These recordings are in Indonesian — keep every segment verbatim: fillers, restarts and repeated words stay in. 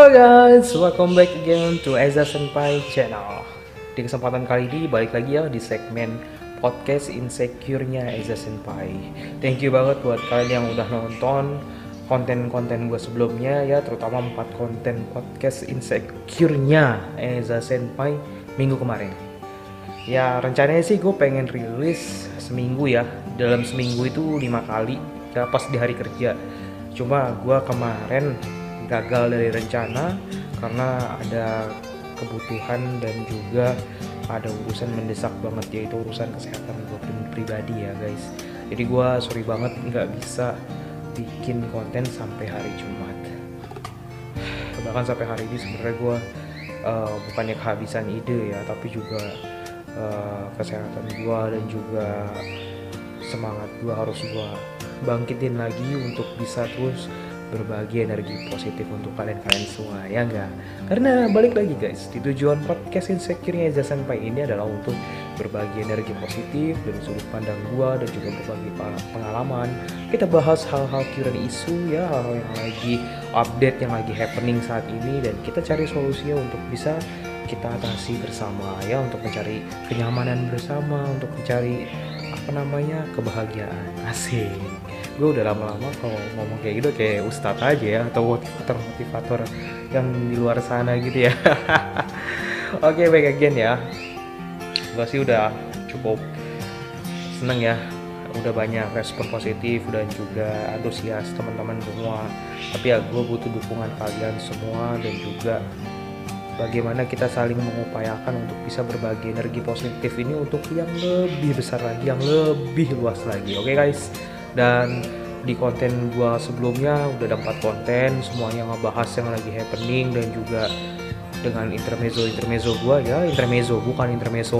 Halo guys, welcome back again to Eza Senpai Channel. Di kesempatan kali ini balik lagi ya di segmen podcast insecure-nya Eza Senpai. Thank you banget buat kalian yang udah nonton konten-konten gue sebelumnya ya, terutama empat konten podcast insecure-nya Eza Senpai minggu kemarin. Ya rencananya sih gue pengen rilis seminggu ya, dalam seminggu itu lima kali ya pas di hari kerja. Cuma gue kemarin gagal dari rencana karena ada kebutuhan dan juga ada urusan mendesak banget, yaitu urusan kesehatan gue pribadi ya guys. Jadi gue sorry banget nggak bisa bikin konten sampai hari Jumat. Bahkan sampai hari ini sebenarnya gue uh, bukannya kehabisan ide ya, tapi juga uh, kesehatan gue dan juga semangat gue harus gue bangkitin lagi untuk bisa terus berbagi energi positif untuk kalian-kalian semua, ya enggak? Karena balik lagi guys, di tujuan podcast insecure-nya Eza Senpai ini adalah untuk berbagi energi positif dari sudut pandang gua dan juga berbagi pengalaman. Kita bahas hal-hal current isu ya, hal-hal yang lagi update, yang lagi happening saat ini, dan kita cari solusinya untuk bisa kita atasi bersama ya, untuk mencari kenyamanan bersama, untuk mencari apa namanya kebahagiaan. Asik. Gue udah lama-lama kalau ngomong kayak gitu kayak ustadz aja ya, atau motivator-motivator yang di luar sana gitu ya. Oke, baik again ya. Gue sih udah cukup seneng ya, udah banyak respon positif dan juga antusias teman-teman semua. Tapi ya gue butuh dukungan kalian semua dan juga bagaimana kita saling mengupayakan untuk bisa berbagi energi positif ini untuk yang lebih besar lagi, yang lebih luas lagi. Oke guys. Dan di konten gua sebelumnya udah ada empat konten, semuanya ngebahas yang lagi happening dan juga dengan intermezzo-intermezzo gua ya, intermezzo bukan intermezzo.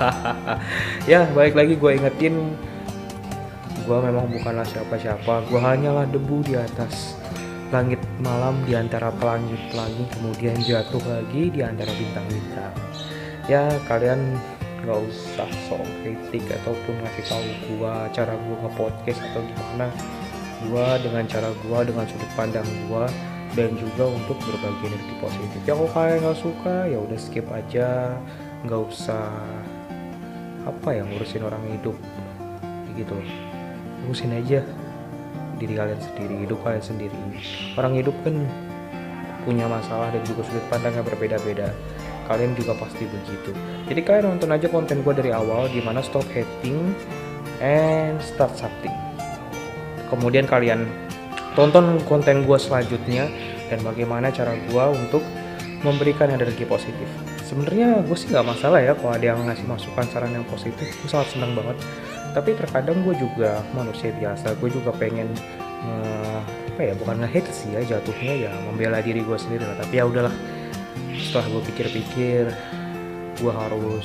Ya, balik lagi gua ingetin, gua memang bukanlah siapa-siapa, gua hanyalah debu di atas langit malam, di antara pelangi-pelangi, kemudian jatuh lagi di antara bintang-bintang. Ya, kalian nggak usah sok kritik ataupun ngasih tahu gua cara gua nge-podcast atau gimana. Gua dengan cara gua, dengan sudut pandang gua, dan juga untuk berbagi energi positif. Ya kalau kalian nggak suka ya udah skip aja, nggak usah apa ya ngurusin orang hidup gitu. Urusin aja diri kalian sendiri, hidup kalian sendiri. Orang hidup kan punya masalah dan juga sudut pandangnya berbeda-beda. Kalian juga pasti begitu. Jadi kalian nonton aja konten gue dari awal, gimana stop hating and start something. Kemudian kalian tonton konten gue selanjutnya dan bagaimana cara gue untuk memberikan energi positif. Sebenarnya gue sih nggak masalah ya kalau ada yang ngasih masukan saran yang positif, gue sangat senang banget. Tapi terkadang gue juga manusia biasa, gue juga pengen uh, apa ya, bukan nge-hate sih ya jatuhnya, ya membela diri gue sendiri lah. Tapi ya udahlah. Setelah gue pikir-pikir, gue harus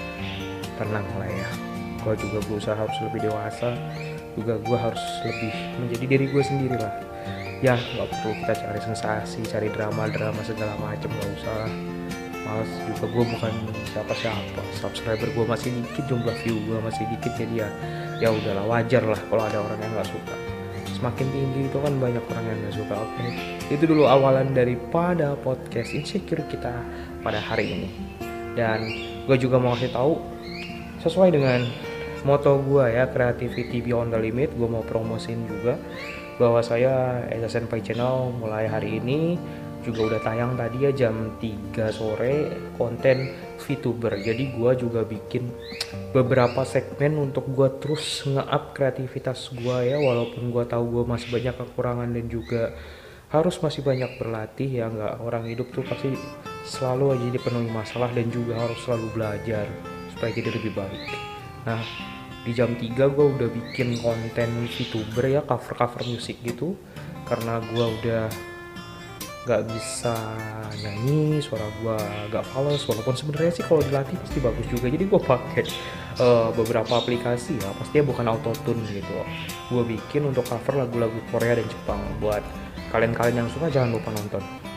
tenang lah ya. Gue juga berusaha harus lebih dewasa, juga gue harus lebih menjadi diri gue sendiri lah. Ya nggak perlu kita cari sensasi, cari drama-drama segala macam, nggak usah. Males juga, gue bukan siapa-siapa. Subscriber gue masih dikit, jumlah view gue masih dikit, jadi ya ya udahlah, wajar lah kalau ada orang yang nggak suka. Semakin tinggi itu kan banyak orang yang gak suka. Oke, itu dulu awalan daripada podcast insecure kita pada hari ini. Dan gue juga mau kasih tahu, sesuai dengan moto gue ya, creativity beyond the limit, gue mau promosiin juga bahwa saya Eza Senpai Channel mulai hari ini juga udah tayang tadi ya jam tiga sore konten VTuber. Jadi gue juga bikin beberapa segmen untuk gue terus nge-up kreativitas gue ya, walaupun gue tahu gue masih banyak kekurangan dan juga harus masih banyak berlatih ya. Nggak, orang hidup tuh pasti selalu aja dipenuhi masalah dan juga harus selalu belajar supaya jadi lebih baik. Nah di jam tiga gue udah bikin konten VTuber ya, cover-cover musik gitu, karena gue udah gak bisa nyanyi, suara gue agak fals, walaupun sebenarnya sih kalau dilatih pasti bagus juga. Jadi gue pakai uh, beberapa aplikasi ya, pastinya bukan autotune gitu. Gue bikin untuk cover lagu-lagu Korea dan Jepang. Buat kalian-kalian yang suka jangan lupa nonton.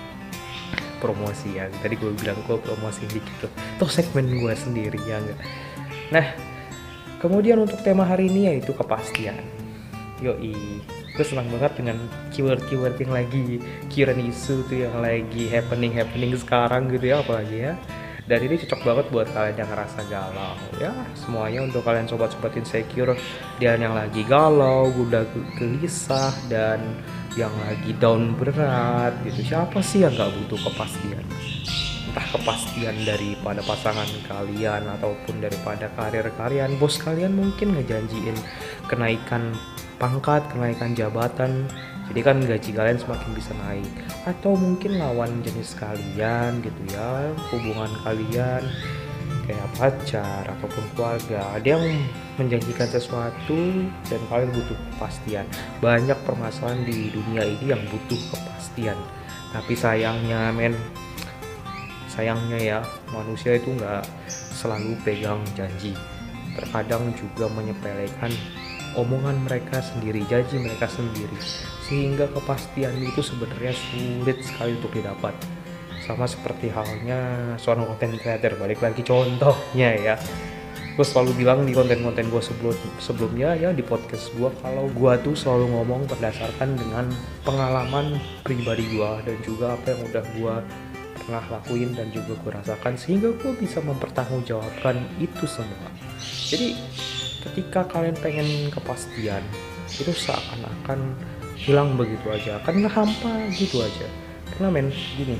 Promosi ya, tadi gue bilang gue promosi dikit tuh, tuh segmen gue sendiri ya enggak. Nah kemudian untuk tema hari ini yaitu kepastian. Yoi, gue senang banget dengan keyword-keyword yang lagi current isu tuh, yang lagi happening-happening sekarang gitu ya, apalagi ya. Dan ini cocok banget buat kalian yang ngerasa galau ya, semuanya untuk kalian sobat-sobat insecure, dan yang lagi galau, udah gelisah, dan yang lagi down berat gitu. Siapa sih yang gak butuh kepastian? Entah kepastian daripada pasangan kalian ataupun daripada karir kalian. Bos kalian mungkin ngejanjiin kenaikan pangkat, kenaikan jabatan, jadi kan gaji kalian semakin bisa naik. Atau mungkin lawan jenis kalian gitu ya, hubungan kalian kayak pacar ataupun keluarga, ada yang menjanjikan sesuatu dan kalian butuh kepastian. Banyak permasalahan di dunia ini yang butuh kepastian, tapi sayangnya men sayangnya ya, manusia itu nggak selalu pegang janji. Terkadang juga menyepelekan omongan mereka sendiri, janji mereka sendiri, sehingga kepastian itu sebenarnya sulit sekali untuk didapat. Sama seperti halnya seorang content creator, balik lagi contohnya ya, gue selalu bilang di konten-konten gue sebelum sebelumnya ya, di podcast gue, kalau gue tuh selalu ngomong berdasarkan dengan pengalaman pribadi gue dan juga apa yang udah gue pernah lakuin dan juga gue rasakan, sehingga gue bisa mempertanggungjawabkan itu semua. Jadi ketika kalian pengen kepastian, itu seakan-akan hilang begitu aja, karena hampa gitu aja. Karena men gini,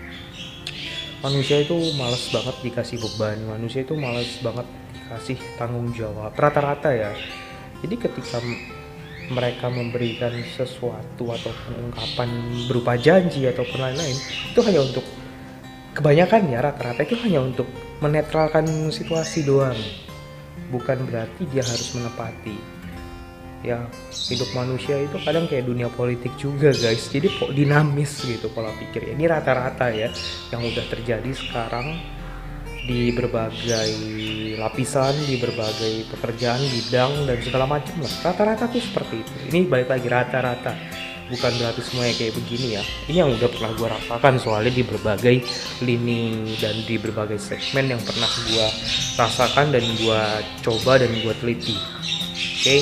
manusia itu males banget dikasih beban, manusia itu males banget dikasih tanggung jawab rata-rata ya. Jadi ketika mereka memberikan sesuatu ataupun ungkapan berupa janji ataupun lain-lain, itu hanya untuk, kebanyakan ya rata-rata itu hanya untuk menetralkan situasi doang, bukan berarti dia harus menepati. Ya, hidup manusia itu kadang kayak dunia politik juga guys, jadi dinamis gitu pola pikir. Ini rata-rata ya yang udah terjadi sekarang di berbagai lapisan, di berbagai pekerjaan, bidang, dan segala macam lah. Rata-rata tuh seperti itu. Ini balik lagi rata-rata, bukan berarti semuanya kayak begini ya. Ini yang udah pernah gue rasakan soalnya di berbagai lini dan di berbagai segmen yang pernah gue rasakan dan gue coba dan gue teliti. Oke, okay?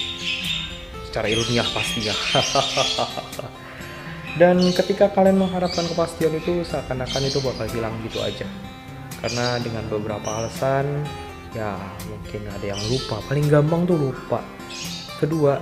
Secara ilmiah pastinya. Dan ketika kalian mengharapkan kepastian itu, seakan-akan itu bakal hilang gitu aja, karena dengan beberapa alasan ya. Mungkin ada yang lupa, paling gampang tuh lupa. Kedua,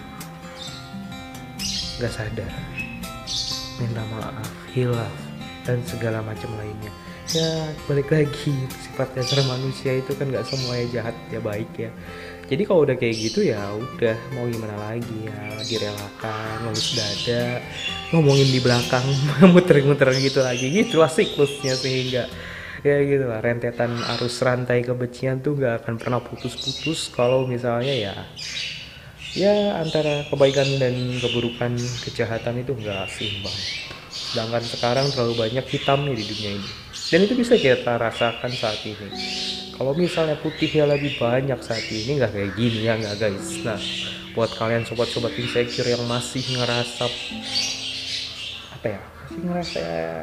gak sadar, minta maaf, hilaf, dan segala macam lainnya. Ya balik lagi, sifat dasar manusia itu kan gak semuanya jahat ya, baik ya. Jadi kalau udah kayak gitu ya udah, mau gimana lagi ya, direlakan, ngelus dada, ngomongin di belakang, muter-muter gitu lagi, gitulah siklusnya. Sehingga ya gitu lah, rentetan arus rantai kebencian tuh gak akan pernah putus-putus kalau misalnya ya ya antara kebaikan dan keburukan, kejahatan itu gak seimbang. Sedangkan sekarang terlalu banyak hitamnya di dunia ini, dan itu bisa kita rasakan saat ini. Kalau misalnya putihnya lebih banyak saat ini, nggak kayak gini ya nggak guys. Nah, buat kalian sobat-sobat insecure yang masih ngerasa apa ya, masih ngerasa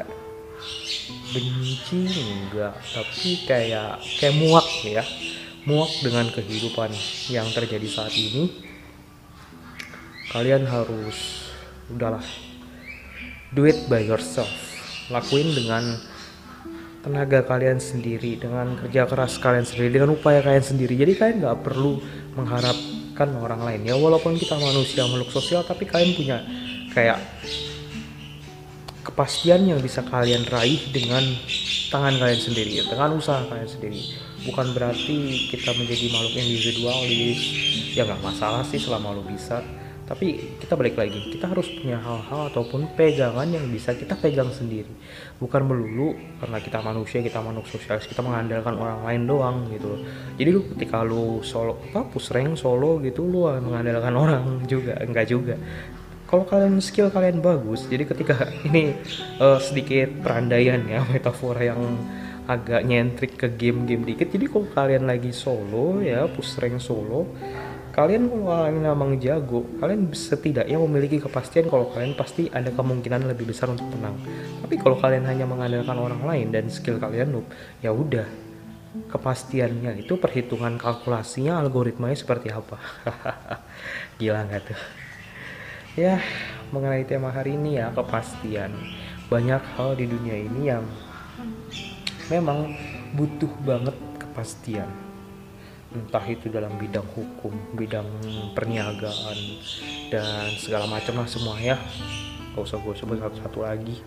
benci enggak, tapi kayak kayak muak ya, muak dengan kehidupan yang terjadi saat ini, kalian harus udahlah, do it by yourself, lakuin dengan tenaga kalian sendiri, dengan kerja keras kalian sendiri, dengan upaya kalian sendiri. Jadi kalian nggak perlu mengharapkan orang lain ya, walaupun kita manusia makhluk sosial, tapi kalian punya kayak kepastian yang bisa kalian raih dengan tangan kalian sendiri, dengan usaha kalian sendiri. Bukan berarti kita menjadi makhluk individualis, ya nggak masalah sih selama lo bisa. Tapi kita balik lagi, kita harus punya hal-hal ataupun pegangan yang bisa kita pegang sendiri. Bukan melulu karena kita manusia, kita makhluk sosialis, kita mengandalkan orang lain doang gitu. Jadi lu ketika lu solo, apa, push rank solo gitu, lu mengandalkan orang juga, enggak juga. Kalau kalian skill kalian bagus, jadi ketika ini uh, sedikit perandaian ya, metafora yang agak nyentrik ke game-game dikit. Jadi kalau kalian lagi solo ya, push rank solo, kalian kalau kalian memang jago, kalian setidaknya memiliki kepastian kalau kalian pasti ada kemungkinan lebih besar untuk menang. Tapi kalau kalian hanya mengandalkan orang lain dan skill kalian noob, ya udah, kepastiannya itu perhitungan kalkulasinya, algoritmanya seperti apa. Gila nggak tuh? Ya, mengenai tema hari ini ya, kepastian. Banyak hal di dunia ini yang memang butuh banget kepastian. Entah itu dalam bidang hukum, bidang perniagaan, dan segala macam lah semua ya. Gak usah gue sebut satu-satu lagi.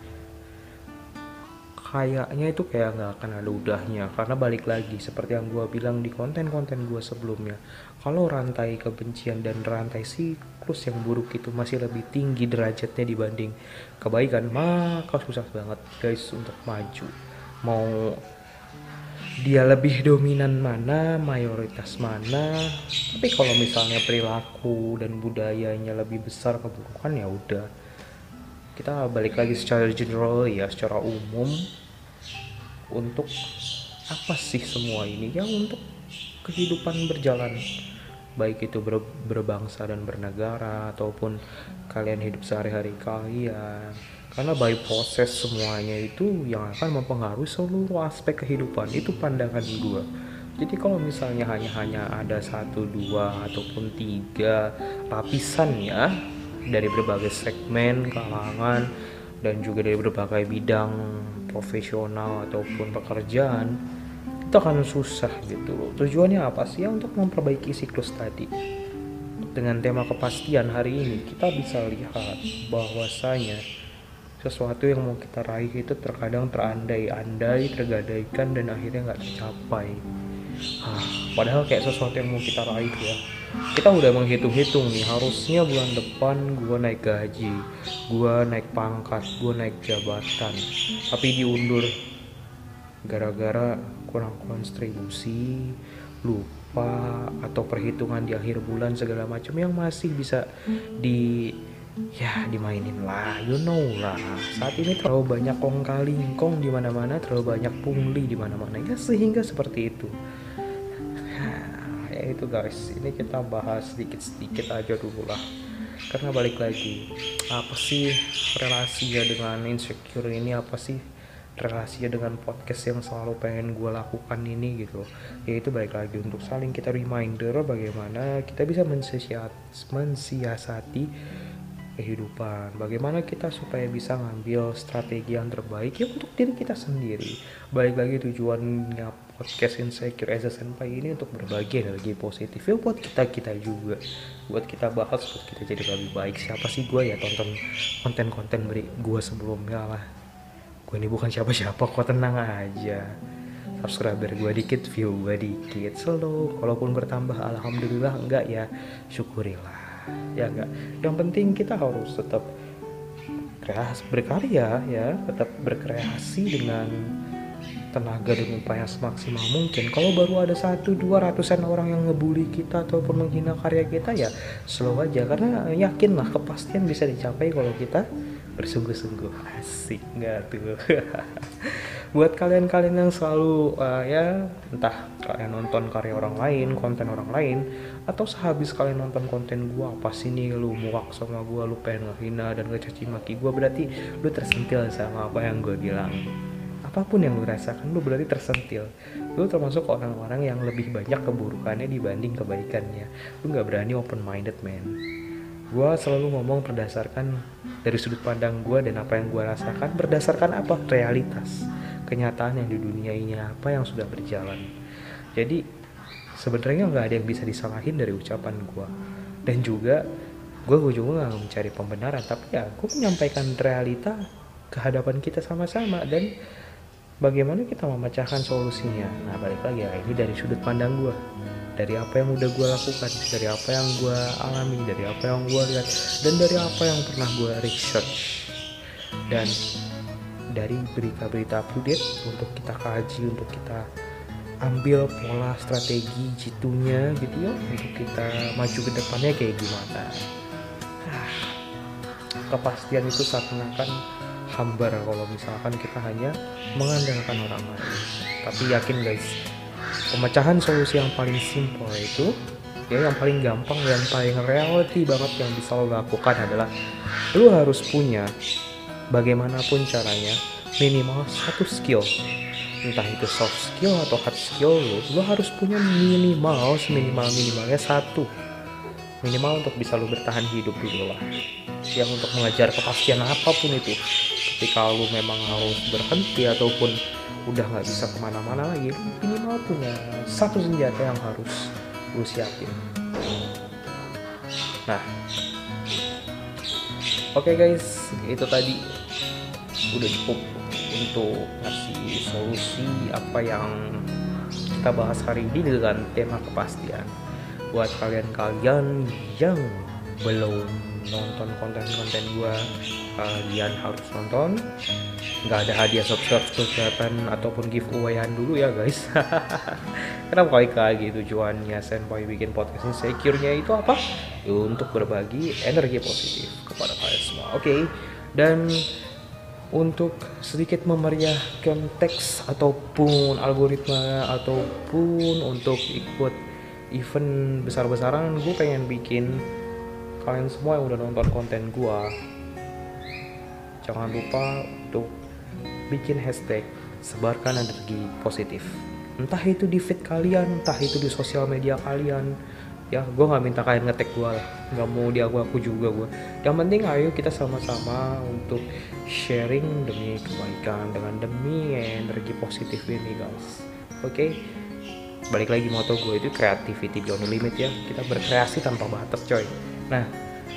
Kayaknya itu kayak nggak akan ada udahnya, karena balik lagi seperti yang gue bilang di konten-konten gue sebelumnya, kalau rantai kebencian dan rantai siklus yang buruk itu masih lebih tinggi derajatnya dibanding kebaikan, maka susah banget guys untuk maju. Mau dia lebih dominan mana, mayoritas mana, tapi kalau misalnya perilaku dan budayanya lebih besar keburukan, ya udah, kita balik lagi secara general ya, secara umum, untuk apa sih semua ini ya? Untuk kehidupan berjalan, baik itu ber, berbangsa dan bernegara ataupun kalian hidup sehari-hari kalian, karena by proses semuanya itu yang akan mempengaruhi seluruh aspek kehidupan. Itu pandangan gue. Jadi kalau misalnya hanya hanya ada satu dua ataupun tiga lapisan ya, dari berbagai segmen kalangan dan juga dari berbagai bidang profesional ataupun pekerjaan, itu akan susah gitu. Tujuannya apa sih? Ya untuk memperbaiki siklus tadi. Dengan tema kepastian hari ini, kita bisa lihat bahwasanya sesuatu yang mau kita raih itu terkadang terandai-andai, tergadaikan, dan akhirnya nggak tercapai. Ah, padahal kayak sesuatu yang mau kita raih ya, kita udah menghitung-hitung nih, harusnya bulan depan gue naik gaji, gue naik pangkat, gue naik jabatan, tapi diundur gara-gara kurang kontribusi, lupa, atau perhitungan di akhir bulan segala macam yang masih bisa di ya dimainin lah, you know lah. Saat ini terlalu banyak kong kali kong di mana-mana, terlalu banyak pungli di mana-mana ya, sehingga seperti itu. Ya itu guys, ini kita bahas sedikit-sedikit aja dulu lah, karena balik lagi, apa sih relasinya dengan insecure ini, apa sih relasinya dengan podcast yang selalu pengen gue lakukan ini gitu. Yaitu balik lagi untuk saling kita reminder bagaimana kita bisa mensiasati kehidupan, bagaimana kita supaya bisa ngambil strategi yang terbaik ya untuk diri kita sendiri. Balik lagi, tujuannya podcast Insecure as a Senpai ini untuk berbagi energi positif ya buat kita-kita juga, buat kita bahas, buat kita jadi lebih baik. Siapa sih gue ya? Tonton konten-konten beri gue sebelumnya lah. Gue ini bukan siapa-siapa kok, tenang aja. Subscriber gue dikit, view gue dikit, slow. Kalaupun bertambah alhamdulillah, enggak ya syukurilah ya enggak. Yang penting kita harus tetap kreasi, berkarya ya, tetap berkreasi dengan tenaga dan upaya semaksimal mungkin. Kalau baru ada satu dua ratusan orang yang ngebully kita ataupun menghina karya kita, ya slow aja, karena yakinlah kepastian bisa dicapai kalau kita bersungguh-sungguh. Asik nggak tuh? Buat kalian-kalian yang selalu uh, ya entah kalian nonton karya orang lain, konten orang lain, atau sehabis kalian nonton konten gua, apa sih nih lu muak sama gua, lu pengen ngehina dan ngecaci maki gua, berarti lu tersentil sama apa yang gua bilang. Apapun yang lu rasakan, lu berarti tersentil. Lu termasuk orang-orang yang lebih banyak keburukannya dibanding kebaikannya. Lu gak berani open minded, man. Gue selalu ngomong berdasarkan dari sudut pandang gue dan apa yang gue rasakan, berdasarkan apa? Realitas, kenyataan yang di dunia ini, apa yang sudah berjalan. Jadi sebenarnya gak ada yang bisa disalahin dari ucapan gue. Dan juga gue juga gak mencari pembenaran, tapi ya gue menyampaikan realita ke hadapan kita sama-sama, dan bagaimana kita memecahkan solusinya. Nah balik lagi ya, ini dari sudut pandang gue, dari apa yang udah gue lakukan, dari apa yang gue alami, dari apa yang gue lihat, dan dari apa yang pernah gue research, dan dari berita-berita update untuk kita kaji, untuk kita ambil pola strategi jitunya gitu ya, untuk kita maju ke depannya kayak gimana. ah, Kepastian itu seakan-akan hambar kalau misalkan kita hanya mengandalkan orang lain. Tapi yakin guys, pemecahan solusi yang paling simple itu ya, yang paling gampang dan paling reality banget yang bisa lo lakukan adalah lo harus punya, bagaimanapun caranya, minimal satu skill. Entah itu soft skill atau hard skill, lo, lo harus punya minimal seminimal minimalnya satu. minimal untuk bisa lu bertahan hidup dulu lah. Yang untuk mengejar kepastian apapun itu, ketika lu memang harus berhenti ataupun udah nggak bisa kemana-mana lagi, lu minimal punya satu senjata yang harus lu siapin. Nah, oke okay guys, itu tadi udah cukup untuk ngasih solusi apa yang kita bahas hari ini dengan tema kepastian. Buat kalian-kalian yang belum nonton konten-konten gua, kalian harus nonton. Nggak ada hadiah subscribe-subscribe ataupun giveaway-an dulu ya guys. Kenapa balik lagi tujuannya Senpai bikin podcast Insecure-nya itu apa? Ya, untuk berbagi energi positif kepada kalian semua. Oke, okay? Dan untuk sedikit memeriahkan teks ataupun algoritma ataupun untuk ikut event besar-besaran, gue pengen bikin kalian semua yang udah nonton konten gue, jangan lupa untuk bikin hashtag sebarkan energi positif, entah itu di feed kalian, entah itu di sosial media kalian. Ya, gue nggak minta kalian ngetek gue lah, nggak mau di aku aku juga gue. Yang penting ayo kita sama-sama untuk sharing demi kebaikan dengan demi energi positif ini guys. Oke, okay? Balik lagi moto gue itu creativity beyond the limit ya. Kita berkreasi tanpa batas coy. Nah,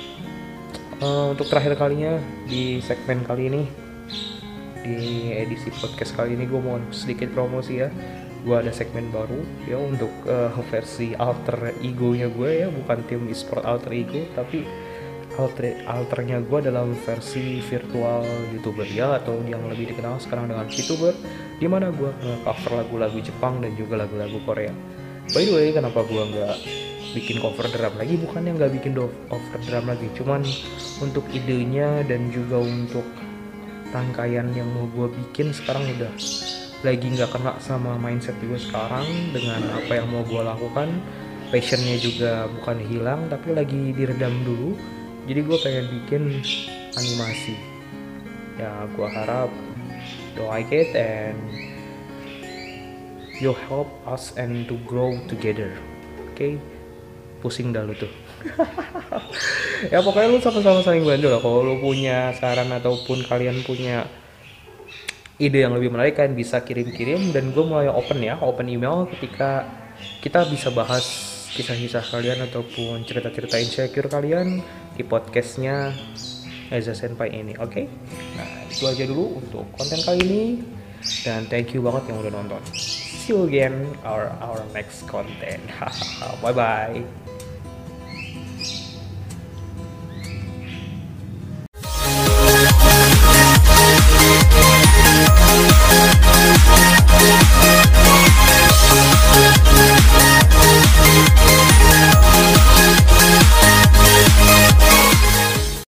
uh, untuk terakhir kalinya di segmen kali ini, di edisi podcast kali ini gue mau sedikit promosi ya. Gue ada segmen baru ya untuk uh, versi alter ego-nya gue ya, bukan tim e-sport alter ego, tapi alter alternya gue dalam versi virtual youtuber ya, atau yang lebih dikenal sekarang dengan VTuber, dimana gue cover lagu-lagu Jepang dan juga lagu-lagu Korea. By the way, kenapa gue nggak bikin cover drum lagi? Bukannya nggak bikin cover drum lagi, cuman untuk idenya dan juga untuk rangkaian yang mau gue bikin sekarang udah lagi nggak kena sama mindset gue sekarang dengan apa yang mau gue lakukan. Passionnya juga bukan hilang tapi lagi diredam dulu, jadi gue pengen bikin animasi ya. Gue harap you like it and you help us and to grow together. Oke, okay? Pusing dah lu tuh. Ya pokoknya lu sama-sama saling bantu lah. Kalau lu punya saran ataupun kalian punya ide yang lebih menarik, kalian bisa kirim-kirim dan gue mulai open ya, open email ketika kita bisa bahas kisah-kisah kalian ataupun cerita-cerita insecure kalian di podcastnya Eza Senpai ini. Oke, okay? Nah itu aja dulu untuk konten kali ini dan thank you banget yang udah nonton. See you again our our next content. Bye bye.